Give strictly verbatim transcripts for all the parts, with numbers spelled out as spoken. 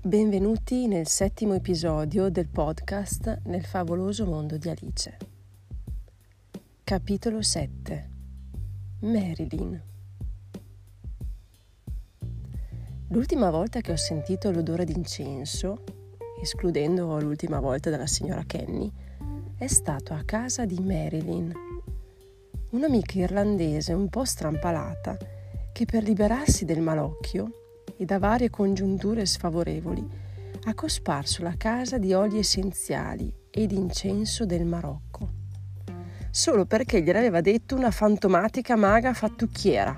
Benvenuti nel settimo episodio del podcast Nel favoloso mondo di Alice. Capitolo sette. Marilyn. L'ultima volta che ho sentito l'odore d'incenso, escludendo l'ultima volta della signora Kenny, è stato a casa di Marilyn, un'amica irlandese un po' strampalata che per liberarsi del malocchio e da varie congiunture sfavorevoli ha cosparso la casa di oli essenziali e di incenso del Marocco, solo perché gliel'aveva detto una fantomatica maga fattucchiera.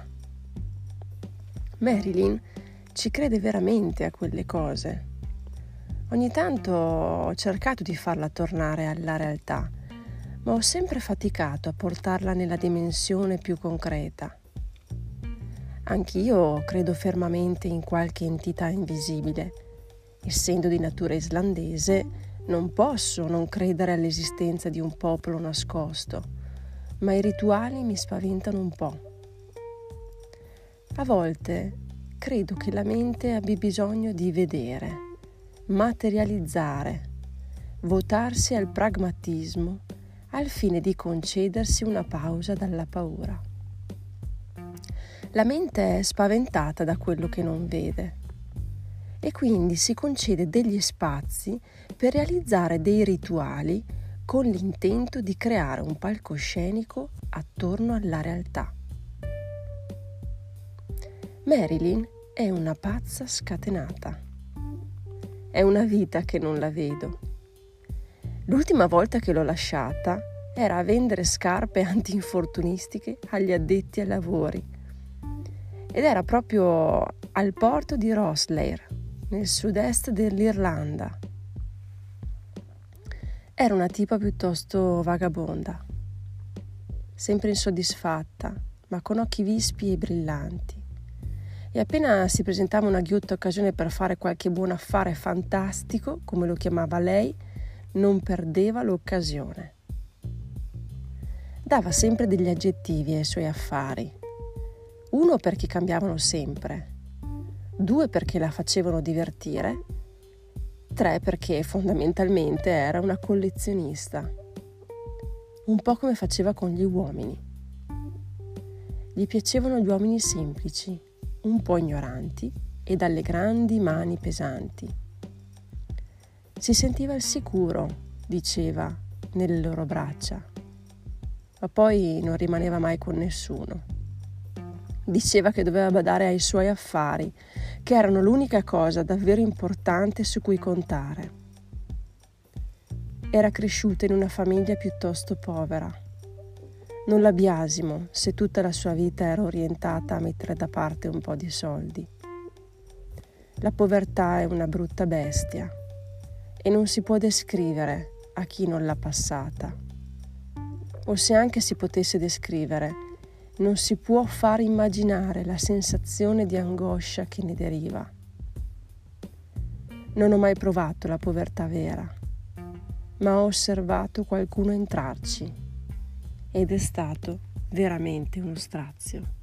Marilyn ci crede veramente a quelle cose. Ogni tanto ho cercato di farla tornare alla realtà, ma ho sempre faticato a portarla nella dimensione più concreta. Anch'io credo fermamente in qualche entità invisibile. Essendo di natura islandese, non posso non credere all'esistenza di un popolo nascosto, ma i rituali mi spaventano un po'. A volte credo che la mente abbia bisogno di vedere, materializzare, votarsi al pragmatismo al fine di concedersi una pausa dalla paura. La mente è spaventata da quello che non vede e quindi si concede degli spazi per realizzare dei rituali con l'intento di creare un palcoscenico attorno alla realtà. Marilyn è una pazza scatenata. È una vita che non la vedo. L'ultima volta che l'ho lasciata era a vendere scarpe antinfortunistiche agli addetti ai lavori. Ed era proprio al porto di Rosslare, nel sud-est dell'Irlanda. Era una tipa piuttosto vagabonda, sempre insoddisfatta, ma con occhi vispi e brillanti. E appena si presentava una ghiotta occasione per fare qualche buon affare fantastico, come lo chiamava lei, non perdeva l'occasione. Dava sempre degli aggettivi ai suoi affari. Uno perché cambiavano sempre, due perché la facevano divertire, tre perché fondamentalmente era una collezionista, un po' come faceva con gli uomini. Gli piacevano gli uomini semplici, un po' ignoranti e dalle grandi mani pesanti. Si sentiva al sicuro, diceva, nelle loro braccia, ma poi non rimaneva mai con nessuno. Diceva che doveva badare ai suoi affari, che erano l'unica cosa davvero importante su cui contare. Era cresciuta in una famiglia piuttosto povera. Non la biasimo se tutta la sua vita era orientata a mettere da parte un po' di soldi. La povertà è una brutta bestia e non si può descrivere a chi non l'ha passata. O se anche si potesse descrivere, non si può far immaginare la sensazione di angoscia che ne deriva. Non ho mai provato la povertà vera, ma ho osservato qualcuno entrarci ed è stato veramente uno strazio.